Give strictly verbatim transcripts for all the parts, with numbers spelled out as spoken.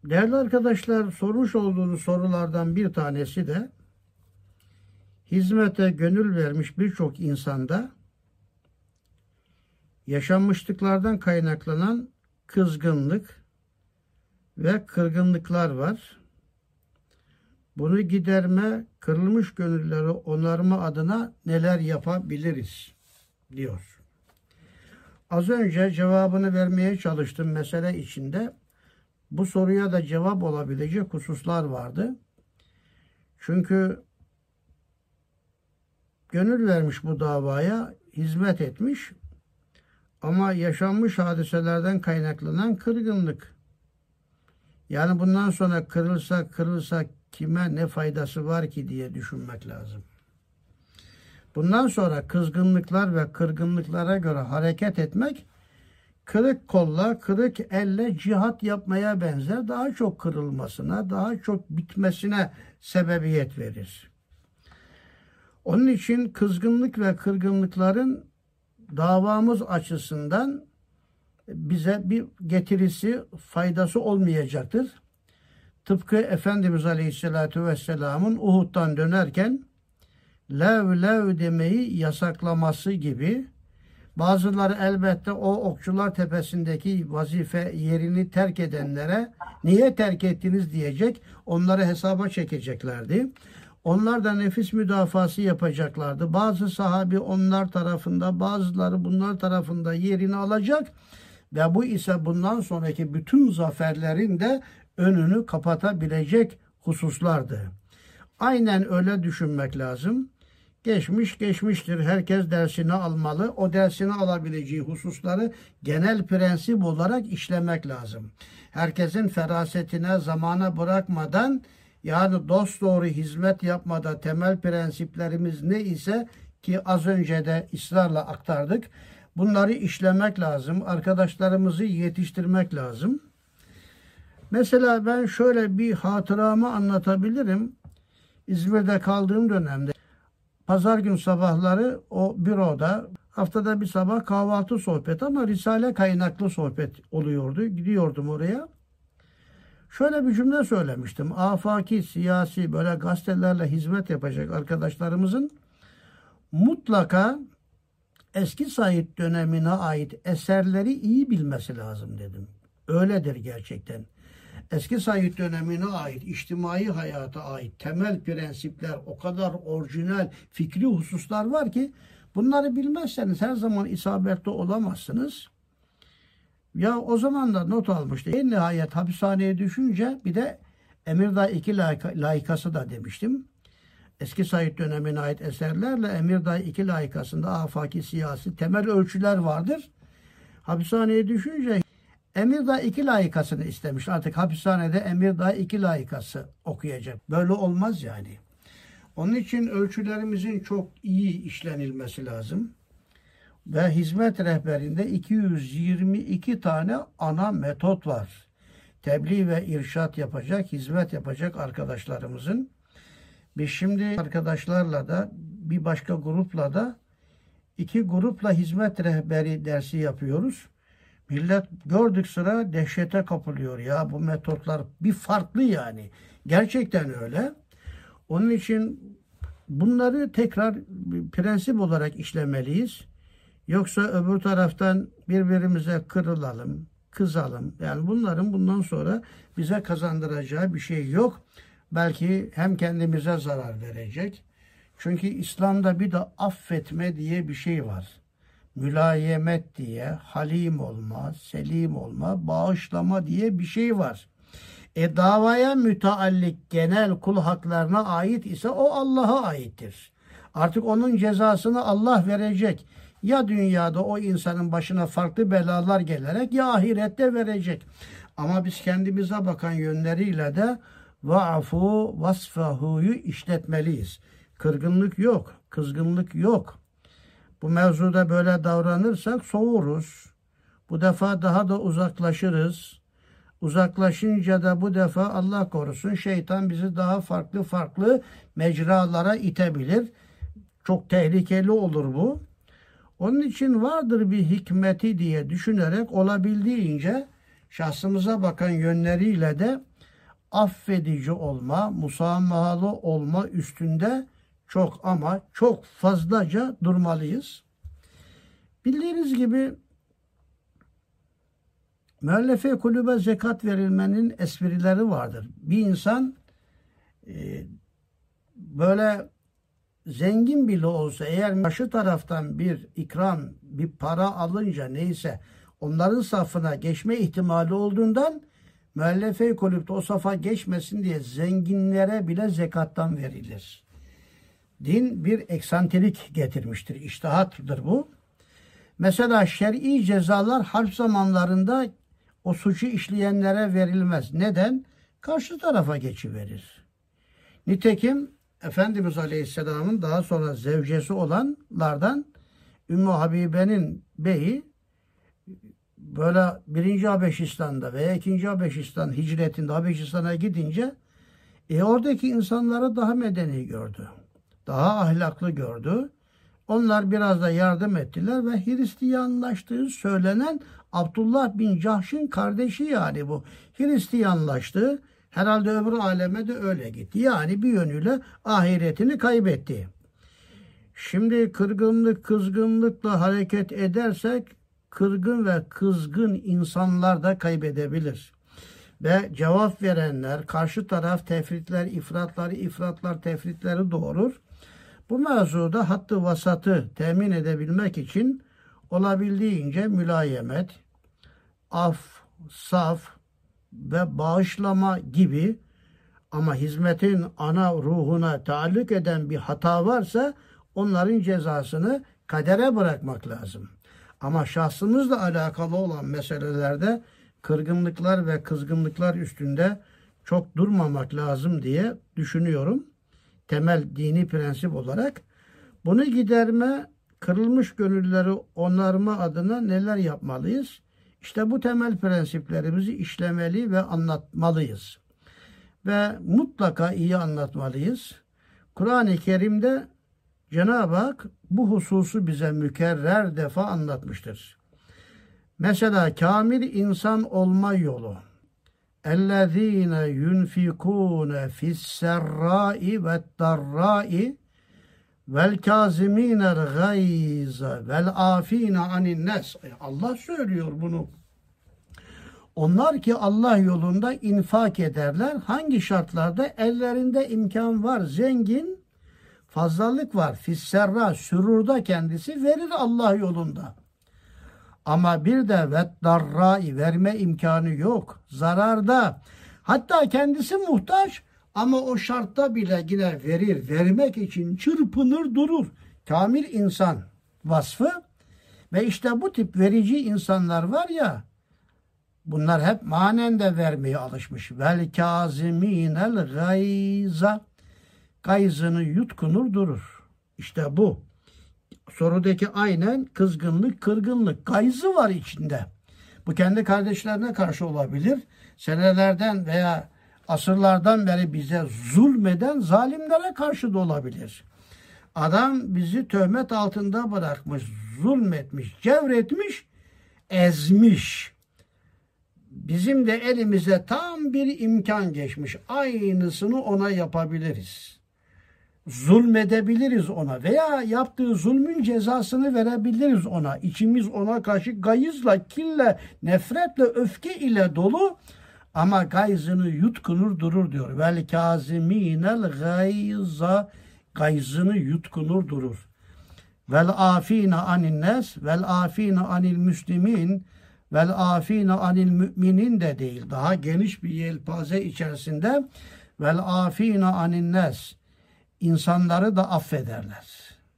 Değerli arkadaşlar, sormuş olduğunuz sorulardan bir tanesi de hizmete gönül vermiş birçok insanda yaşanmışlıklardan kaynaklanan kızgınlık ve kırgınlıklar var. Bunu giderme, kırılmış gönülleri onarma adına neler yapabiliriz diyor. Az önce cevabını vermeye çalıştım mesele içinde. Bu soruya da cevap olabilecek hususlar vardı. Çünkü gönül vermiş bu davaya, hizmet etmiş ama yaşanmış hadiselerden kaynaklanan kırgınlık. Yani bundan sonra kırılsa kırılsa kime ne faydası var ki diye düşünmek lazım. Bundan sonra kızgınlıklar ve kırgınlıklara göre hareket etmek kırık kolla, kırık elle cihat yapmaya benzer, daha çok kırılmasına, daha çok bitmesine sebebiyet verir. Onun için kızgınlık ve kırgınlıkların davamız açısından bize bir getirisi, faydası olmayacaktır. Tıpkı Efendimiz Aleyhisselatü Vesselam'ın Uhud'dan dönerken lev lev demeyi yasaklaması gibi. Bazıları elbette o Okçular Tepesi'ndeki vazife yerini terk edenlere niye terk ettiniz diyecek, onları hesaba çekeceklerdi. Onlar da nefis müdafası yapacaklardı. Bazı sahabi onlar tarafında, bazıları bunlar tarafında yerini alacak ve bu ise bundan sonraki bütün zaferlerin de önünü kapatabilecek hususlardı. Aynen öyle düşünmek lazım. Geçmiş geçmiştir. Herkes dersini almalı. O dersini alabileceği hususları genel prensip olarak işlemek lazım. Herkesin ferasetine, zamana bırakmadan, yani dosdoğru hizmet yapmada temel prensiplerimiz ne ise ki az önce de ısrarla aktardık. Bunları işlemek lazım. Arkadaşlarımızı yetiştirmek lazım. Mesela ben şöyle bir hatıramı anlatabilirim. İzmir'de kaldığım dönemde pazar gün sabahları o büroda haftada bir sabah kahvaltı sohbeti ama Risale kaynaklı sohbet oluyordu. Gidiyordum oraya. Şöyle bir cümle söylemiştim. Afaki, siyasi böyle gazetelerle hizmet yapacak arkadaşlarımızın mutlaka eski Said dönemine ait eserleri iyi bilmesi lazım dedim. Öyledir gerçekten. Eski Said dönemine ait, içtimai hayata ait temel prensipler, o kadar orijinal fikri hususlar var ki bunları bilmezseniz her zaman isabetli olamazsınız. Ya o zaman da not almıştı. En nihayet hapishaneye düşünce bir de Emirdağ iki layıkası da demiştim. Eski Said dönemine ait eserlerle Emirdağ iki layıkasında afaki, siyasi temel ölçüler vardır. Hapishaneye düşünce Emirdağ iki layıkasını istemiş. Artık hapishanede Emirdağ iki layıkası okuyacak. Böyle olmaz yani. Onun için ölçülerimizin çok iyi işlenilmesi lazım. Ve hizmet rehberinde iki yüz yirmi iki tane ana metot var. Tebliğ ve irşat yapacak, hizmet yapacak arkadaşlarımızın. Biz şimdi arkadaşlarla da bir başka grupla da iki grupla hizmet rehberi dersi yapıyoruz. Millet gördük sıra dehşete kapılıyor. Ya bu metotlar bir farklı yani. Gerçekten öyle. Onun için bunları tekrar prensip olarak işlemeliyiz. Yoksa öbür taraftan birbirimize kırılalım, kızalım. Yani bunların bundan sonra bize kazandıracağı bir şey yok. Belki hem kendimize zarar verecek. Çünkü İslam'da bir de affetme diye bir şey var. Mülayemet diye, halim olma, selim olma, bağışlama diye bir şey var. E davaya müteallik genel kul haklarına ait ise o Allah'a aittir. Artık onun cezasını Allah verecek. Ya dünyada o insanın başına farklı belalar gelerek ya ahirette verecek. Ama biz kendimize bakan yönleriyle de va'fu vasfahu'yu işletmeliyiz. Kırgınlık yok, kızgınlık yok. Bu mevzuda böyle davranırsak soğuruz. Bu defa daha da uzaklaşırız. Uzaklaşınca da bu defa Allah korusun şeytan bizi daha farklı farklı mecralara itebilir. Çok tehlikeli olur bu. Onun için vardır bir hikmeti diye düşünerek olabildiğince şahsımıza bakan yönleriyle de affedici olma, musamahalı olma üstünde çok ama çok fazlaca durmalıyız. Bildiğiniz gibi müellefe kulübe zekat verilmenin esprileri vardır. Bir insan e, böyle zengin bile olsa eğer karşı taraftan bir ikram, bir para alınca neyse onların safına geçme ihtimali olduğundan müellefe kulüpte o safa geçmesin diye zenginlere bile zekattan verilir. Din bir eksantrik getirmiştir. İçtihattır bu. Mesela şer'i cezalar harp zamanlarında o suçu işleyenlere verilmez. Neden? Karşı tarafa geçiverir. Nitekim Efendimiz Aleyhisselam'ın daha sonra zevcesi olanlardan Ümmü Habibe'nin beyi böyle birinci Habeşistan'da veya ikinci Habeşistan hicretinde Habeşistan'a gidince e, oradaki insanları daha medeni gördü. Daha ahlaklı gördü. Onlar biraz da yardım ettiler ve Hristiyanlaştığı söylenen Abdullah bin Cahş'ın kardeşi yani bu. Hristiyanlaştı. Herhalde öbür aleme de öyle gitti. Yani bir yönüyle ahiretini kaybetti. Şimdi kırgınlık, kızgınlıkla hareket edersek kırgın ve kızgın insanlar da kaybedebilir. Ve cevap verenler, karşı taraf tefritler, ifratları, ifratlar, tefritleri doğurur. Bu mevzuda hattı vasatı temin edebilmek için olabildiğince mülayemet, af, saf ve bağışlama gibi ama hizmetin ana ruhuna taalluk eden bir hata varsa onların cezasını kadere bırakmak lazım. Ama şahsımızla alakalı olan meselelerde kırgınlıklar ve kızgınlıklar üstünde çok durmamak lazım diye düşünüyorum. Temel dini prensip olarak. Bunu giderme, kırılmış gönülleri onarma adına neler yapmalıyız? İşte bu temel prensiplerimizi işlemeli ve anlatmalıyız. Ve mutlaka iyi anlatmalıyız. Kur'an-ı Kerim'de Cenab-ı Hak bu hususu bize mükerrer defa anlatmıştır. Mesela kamil insan olma yolu. اَلَّذ۪ينَ يُنْفِقُونَ فِي السَّرَّاءِ وَالدَّرَّاءِ وَالْكَازِم۪ينَ الْغَيْزَ وَالْعَاف۪ينَ عَنِ النَّاسِ. Allah söylüyor bunu. Onlar ki Allah yolunda infak ederler. Hangi şartlarda? Ellerinde imkan var, zengin, fazlalık var. Fisserra, sürurda kendisi verir Allah yolunda. Ama bir de veddarrai verme imkanı yok. Zararda. Hatta kendisi muhtaç ama o şartta bile yine verir. Vermek için çırpınır durur. Kamil insan vasfı ve işte bu tip verici insanlar var ya, bunlar hep manen de vermeye alışmış. Vel kâzimînel gayza. Gayzını yutkunur durur. İşte bu. Sorudaki aynen kızgınlık, kırgınlık, gayzı var içinde. Bu kendi kardeşlerine karşı olabilir. Senelerden veya asırlardan beri bize zulmeden zalimlere karşı da olabilir. Adam bizi töhmet altında bırakmış, zulmetmiş, cevretmiş, ezmiş. Bizim de elimize tam bir imkan geçmiş. Aynısını ona yapabiliriz. Zulmedebiliriz ona veya yaptığı zulmün cezasını verebiliriz ona. İçimiz ona karşı gayızla, kille, nefretle, öfke ile dolu ama gayzını yutkunur durur diyor. Vel kâzimînel gayza, gayzını yutkunur durur. Vel afîne anin nes, vel afîne anil müslimin, vel afîne anil müminin de değil. Daha geniş bir yelpaze içerisinde vel afîne anin nes, İnsanları da affederler.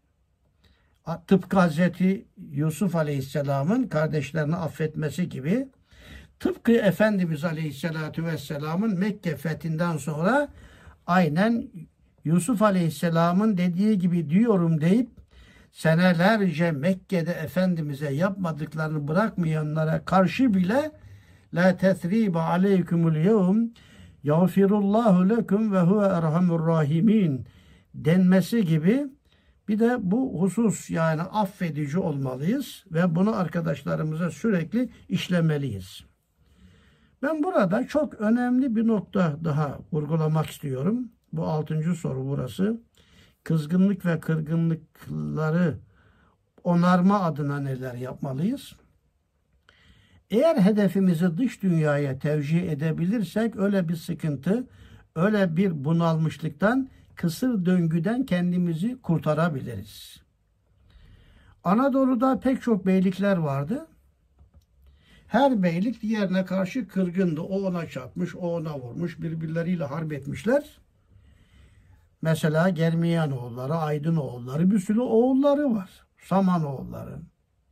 Tıpkı Hazreti Yusuf Aleyhisselam'ın kardeşlerini affetmesi gibi, tıpkı Efendimiz Aleyhisselatü Vesselam'ın Mekke fethinden sonra aynen Yusuf Aleyhisselam'ın dediği gibi diyorum deyip senelerce Mekke'de Efendimiz'e yapmadıklarını bırakmayanlara karşı bile la tesribe aleykumul yevm yağfirullahu lekum ve huve erhamur rahimin denmesi gibi bir de bu husus, yani affedici olmalıyız ve bunu arkadaşlarımıza sürekli işlemeliyiz. Ben burada çok önemli bir nokta daha vurgulamak istiyorum. Bu altıncı soru burası. Kızgınlık ve kırgınlıkları onarma adına neler yapmalıyız? Eğer hedefimizi dış dünyaya tevcih edebilirsek öyle bir sıkıntı, öyle bir bunalmışlıktan, kısır döngüden kendimizi kurtarabiliriz. Anadolu'da pek çok beylikler vardı. Her beylik diğerine karşı kırgındı. O ona çarpmış, o ona vurmuş, birbirleriyle harp etmişler. Mesela Germiyanoğulları, Aydınoğulları, bir sürü oğulları var. Samanoğulları.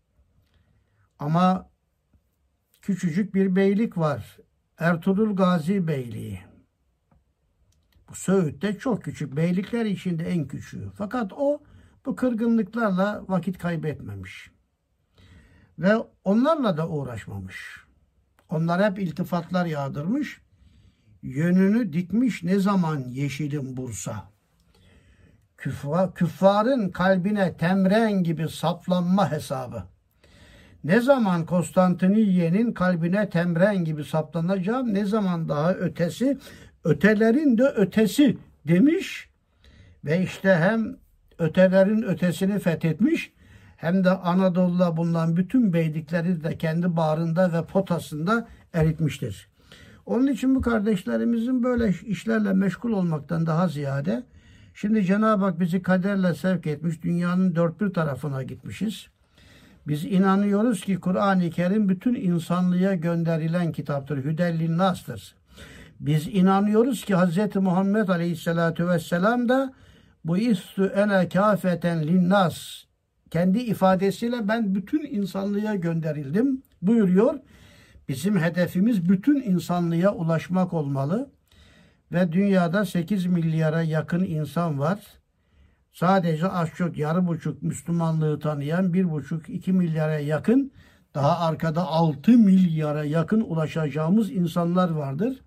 Ama küçücük bir beylik var. Ertuğrul Gazi Beyliği. Bu Söğüt'te çok küçük. Beylikler içinde en küçüğü. Fakat o bu kırgınlıklarla vakit kaybetmemiş. Ve onlarla da uğraşmamış. Onlar hep iltifatlar yağdırmış. Yönünü dikmiş ne zaman yeşilim Bursa. Küffar, küffarın kalbine temren gibi saplanma hesabı. Ne zaman Konstantiniye'nin kalbine temren gibi saplanacağım, ne zaman daha ötesi, ötelerin de ötesi demiş. Ve işte hem ötelerin ötesini fethetmiş, hem de Anadolu'da bulunan bütün beylikleri de kendi bağrında ve potasında eritmiştir. Onun için bu kardeşlerimizin böyle işlerle meşgul olmaktan daha ziyade, şimdi Cenab-ı Hak bizi kaderle sevk etmiş, dünyanın dört bir tarafına gitmişiz. Biz inanıyoruz ki Kur'an-ı Kerim bütün insanlığa gönderilen kitaptır. Hüdellin Nas'tır. Biz inanıyoruz ki Hz. Muhammed Aleyhisselatü Vesselam da bu istü ene kâfeten linnas, kendi ifadesiyle ben bütün insanlığa gönderildim buyuruyor. Bizim hedefimiz bütün insanlığa ulaşmak olmalı. Ve dünyada sekiz milyara yakın insan var. Sadece az çok yarı buçuk Müslümanlığı tanıyan bir buçuk iki milyara yakın, daha arkada altı milyara yakın ulaşacağımız insanlar vardır.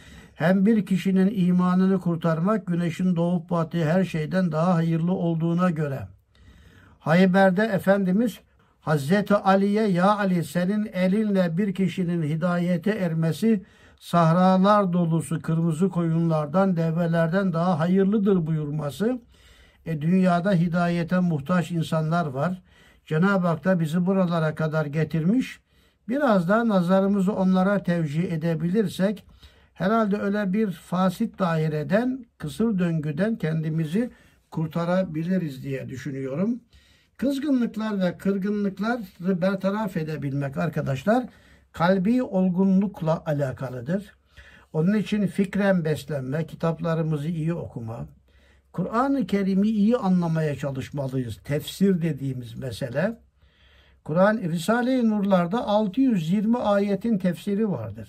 Hem bir kişinin imanını kurtarmak güneşin doğup battığı her şeyden daha hayırlı olduğuna göre. Hayber'de Efendimiz Hazreti Ali'ye ya Ali senin elinle bir kişinin hidayete ermesi sahralar dolusu kırmızı koyunlardan, develerden daha hayırlıdır buyurması. E, dünyada hidayete muhtaç insanlar var. Cenab-ı Hak da bizi buralara kadar getirmiş. Biraz daha nazarımızı onlara tevcih edebilirsek herhalde öyle bir fasit daireden, kısır döngüden kendimizi kurtarabiliriz diye düşünüyorum. Kızgınlıklar ve kırgınlıkları bertaraf edebilmek arkadaşlar kalbi olgunlukla alakalıdır. Onun için fikren beslenme, kitaplarımızı iyi okuma, Kur'an-ı Kerim'i iyi anlamaya çalışmalıyız. Tefsir dediğimiz mesele. Kur'an Risale-i Nurlar'da altı yüz yirmi ayetin tefsiri vardır.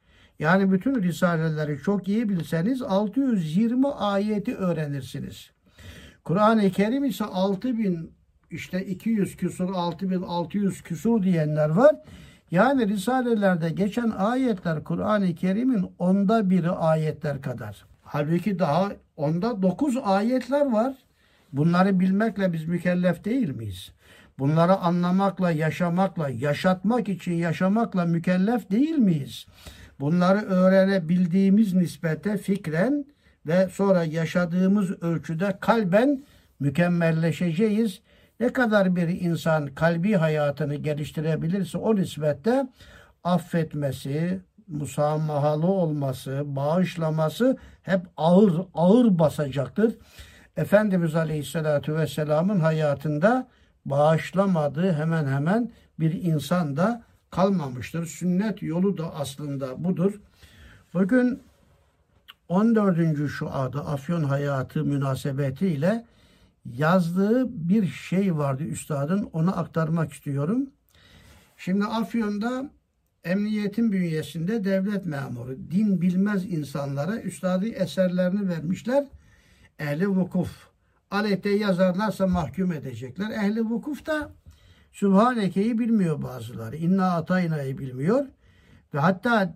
Yani bütün risaleleri çok iyi bilseniz altı yüz yirmi ayeti öğrenirsiniz. Kur'an-ı Kerim ise altı bin işte iki yüz küsur, altı bin altı yüz küsur diyenler var. Yani risalelerde geçen ayetler Kur'an-ı Kerim'in onda biri ayetler kadar. Halbuki daha onda dokuz ayetler var. Bunları bilmekle biz mükellef değil miyiz? Bunları anlamakla, yaşamakla, yaşatmak için yaşamakla mükellef değil miyiz? Bunları öğrenebildiğimiz nispete fikren ve sonra yaşadığımız ölçüde kalben mükemmelleşeceğiz. Ne kadar bir insan kalbi hayatını geliştirebilirse o nispette affetmesi, musamahalı olması, bağışlaması hep ağır ağır basacaktır. Efendimiz Aleyhisselatü Vesselam'ın hayatında bağışlamadığı hemen hemen bir insan da kalmamıştır. Sünnet yolu da aslında budur. Bugün on dördüncü Şua'da Afyon hayatı münasebetiyle yazdığı bir şey vardı üstadın. Onu aktarmak istiyorum. Şimdi Afyon'da emniyetin bünyesinde devlet memuru, din bilmez insanlara üstadı eserlerini vermişler. Ehli vukuf. Aleyhte yazarlarsa mahkum edecekler. Ehli vukuf da Sübhaneke'yi bilmiyor bazıları. İnna Atayna'yı bilmiyor. Ve hatta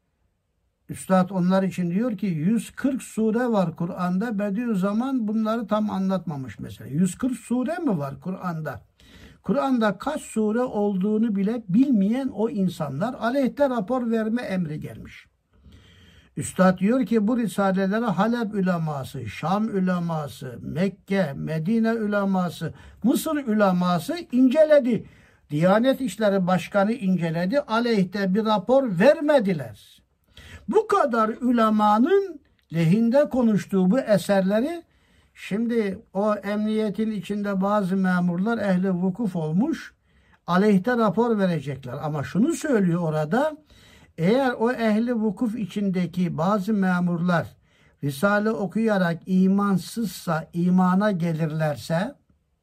üstad onlar için diyor ki yüz kırk sure var Kur'an'da. Bediüzzaman bunları tam anlatmamış mesela. yüz kırk sure mi var Kur'an'da? Kur'an'da kaç sure olduğunu bile bilmeyen o insanlar aleyhte rapor verme emri gelmiş. Üstad diyor ki bu risalelere Halep uleması, Şam uleması, Mekke, Medine uleması, Mısır uleması inceledi. Diyanet İşleri Başkanı inceledi. Aleyhte bir rapor vermediler. Bu kadar ulemanın lehinde konuştuğu bu eserleri şimdi o emniyetin içinde bazı memurlar ehli vukuf olmuş. Aleyhte rapor verecekler. Ama şunu söylüyor orada. Eğer o ehli vukuf içindeki bazı memurlar Risale okuyarak imansızsa, imana gelirlerse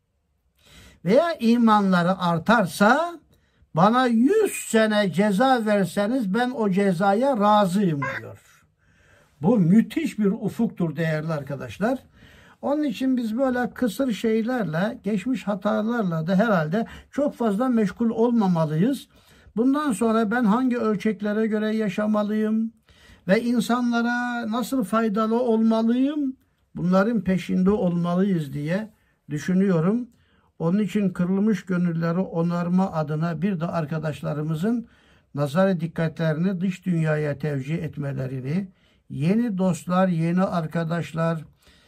veya imanları artarsa bana yüz sene ceza verseniz ben o cezaya razıyım diyor. Bu müthiş bir ufuktur değerli arkadaşlar. Onun için biz böyle kısır şeylerle, geçmiş hatalarla da herhalde çok fazla meşgul olmamalıyız. Bundan sonra ben hangi ölçeklere göre yaşamalıyım ve insanlara nasıl faydalı olmalıyım, bunların peşinde olmalıyız diye düşünüyorum. Onun için kırılmış gönülleri onarma adına bir de arkadaşlarımızın nazar dikkatlerini dış dünyaya tevcih etmelerini, yeni dostlar, yeni arkadaşlar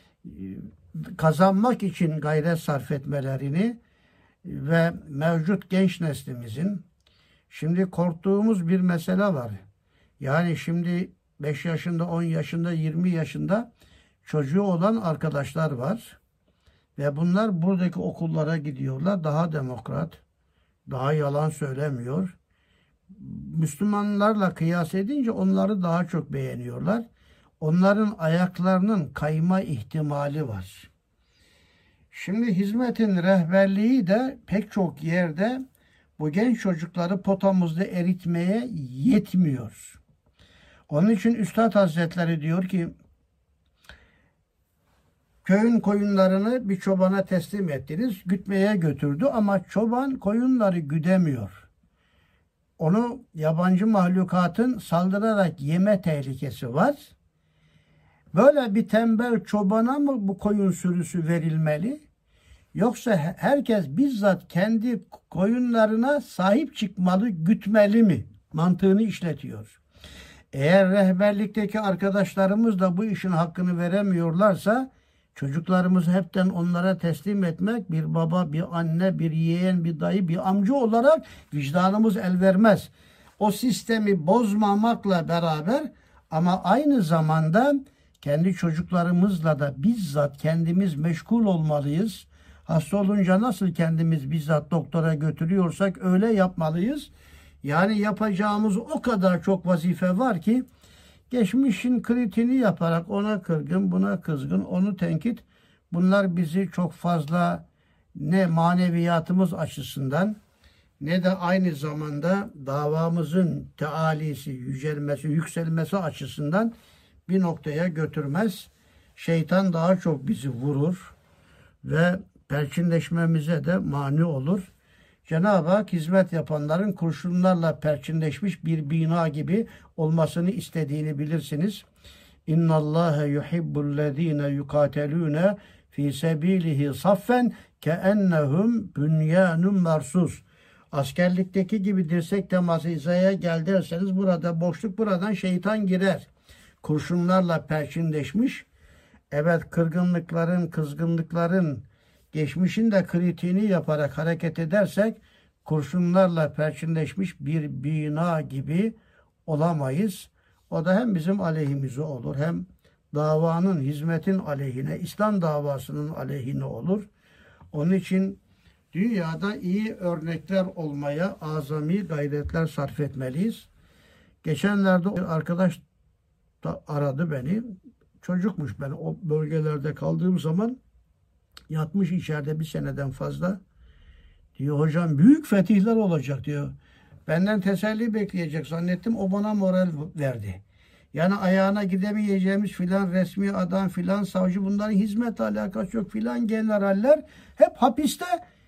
kazanmak için gayret sarf etmelerini ve mevcut genç neslimizin şimdi korktuğumuz bir mesele var. Yani şimdi beş yaşında, on yaşında, yirmi yaşında çocuğu olan arkadaşlar var. Ve bunlar buradaki okullara gidiyorlar. Daha demokrat, daha yalan söylemiyor. Müslümanlarla kıyas edince onları daha çok beğeniyorlar. Onların ayaklarının kayma ihtimali var. Şimdi hizmetin rehberliği de pek çok yerde bu genç çocukları potamızda eritmeye yetmiyor. Onun için Üstad Hazretleri diyor ki köyün koyunlarını bir çobana teslim ettiniz, gütmeye götürdü ama çoban koyunları güdemiyor. Onu yabancı mahlukatın saldırarak yeme tehlikesi var. Böyle bir tembel çobana mı bu koyun sürüsü verilmeli? Yoksa herkes bizzat kendi koyunlarına sahip çıkmalı, gütmeli mi? Mantığını işletiyor. Eğer rehberlikteki arkadaşlarımız da bu işin hakkını veremiyorlarsa çocuklarımızı hepten onlara teslim etmek bir baba, bir anne, bir yeğen, bir dayı, bir amca olarak vicdanımız el vermez. O sistemi bozmamakla beraber ama aynı zamanda kendi çocuklarımızla da bizzat kendimiz meşgul olmalıyız. Hasta olunca nasıl kendimiz bizzat doktora götürüyorsak öyle yapmalıyız. Yani yapacağımız o kadar çok vazife var ki geçmişin kritiğini yaparak ona kırgın, buna kızgın, onu tenkit. Bunlar bizi çok fazla ne maneviyatımız açısından ne de aynı zamanda davamızın tealisi, yücelmesi, yükselmesi açısından bir noktaya götürmez. Şeytan daha çok bizi vurur ve perçinleşmemize de mani olur. Cenab-ı Hak hizmet yapanların kurşunlarla perçinleşmiş bir bina gibi olmasını istediğini bilirsiniz. İnna Allaha yuhibbullezine yukatelune fi sebilihi saffen keennehum bunyanun mersus. Askerlikteki gibi dirsek teması hizaya gel derseniz burada boşluk, buradan şeytan girer. Kurşunlarla perçinleşmiş. Evet, kırgınlıkların, kızgınlıkların geçmişin de kritiğini yaparak hareket edersek kurşunlarla perçinleşmiş bir bina gibi olamayız. O da hem bizim aleyhimize olur hem davanın, hizmetin aleyhine, İslam davasının aleyhine olur. Onun için dünyada iyi örnekler olmaya azami gayretler sarf etmeliyiz. Geçenlerde bir arkadaş da aradı beni. Çocukmuş, ben o bölgelerde kaldığım zaman yatmış içeride bir seneden fazla. Diyor hocam büyük fetihler olacak diyor. Benden teselli bekleyecek zannettim. O bana moral verdi. Yani ayağına gidemeyeceğimiz filan resmi adam, filan savcı, bunların hizmet alakası yok, filan generaller hep hapiste.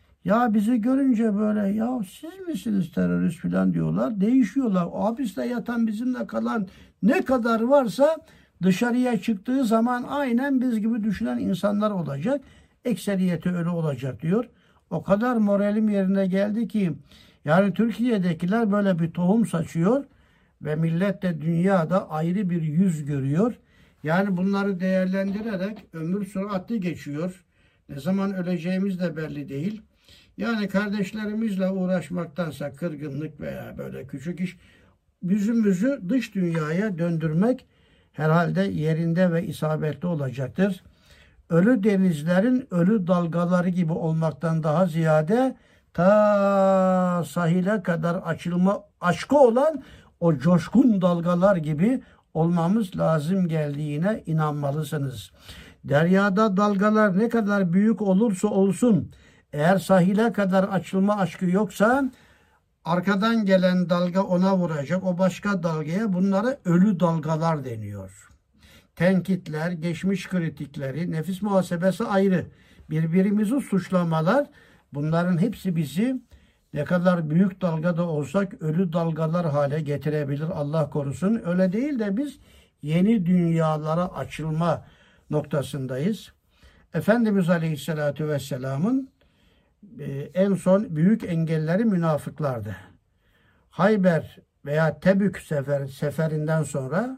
Ya bizi görünce böyle ya siz misiniz terörist filan diyorlar. Değişiyorlar. O hapiste yatan, bizimle kalan ne kadar varsa dışarıya çıktığı zaman aynen biz gibi düşünen insanlar olacak. Ekseriyeti öyle olacak diyor. O kadar moralim yerine geldi ki yani Türkiye'dekiler böyle bir tohum saçıyor ve millet de dünyada ayrı bir yüz görüyor. Yani bunları değerlendirerek ömür süratli geçiyor. Ne zaman öleceğimiz de belli değil. Yani kardeşlerimizle uğraşmaktansa kırgınlık veya böyle küçük iş, yüzümüzü dış dünyaya döndürmek herhalde yerinde ve isabetli olacaktır. Ölü denizlerin ölü dalgaları gibi olmaktan daha ziyade ta sahile kadar açılma aşkı olan o coşkun dalgalar gibi olmamız lazım geldiğine inanmalısınız. Deryada dalgalar ne kadar büyük olursa olsun, eğer sahile kadar açılma aşkı yoksa arkadan gelen dalga ona vuracak, o başka dalgaya. Bunlara ölü dalgalar deniyor. Tenkitler, geçmiş kritikleri, nefis muhasebesi ayrı. Birbirimizi suçlamalar, bunların hepsi bizi ne kadar büyük dalgada olsak ölü dalgalar hale getirebilir. Allah korusun. Öyle değil de biz yeni dünyalara açılma noktasındayız. Efendimiz Aleyhisselatü Vesselam'ın en son büyük engelleri münafıklardı. Hayber veya Tebük sefer, seferinden sonra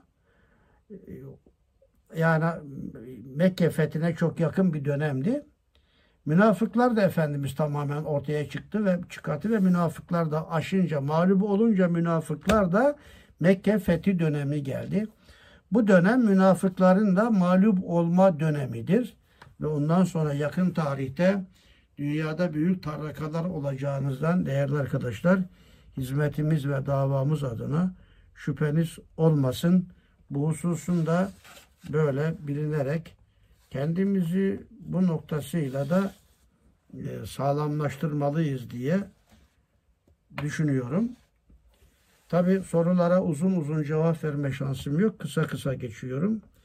yani Mekke fethine çok yakın bir dönemdi. Münafıklar da Efendimiz tamamen ortaya çıktı ve çıkarttı ve münafıklar da aşınca, mağlup olunca münafıklar da Mekke fethi dönemi geldi. Bu dönem münafıkların da mağlup olma dönemidir. Ve ondan sonra yakın tarihte dünyada büyük tarakalar olacağınızdan değerli arkadaşlar, hizmetimiz ve davamız adına şüpheniz olmasın. Bu hususun da böyle bilinerek kendimizi bu noktasıyla da sağlamlaştırmalıyız diye düşünüyorum. Tabi sorulara uzun uzun cevap verme şansım yok. Kısa kısa geçiyorum.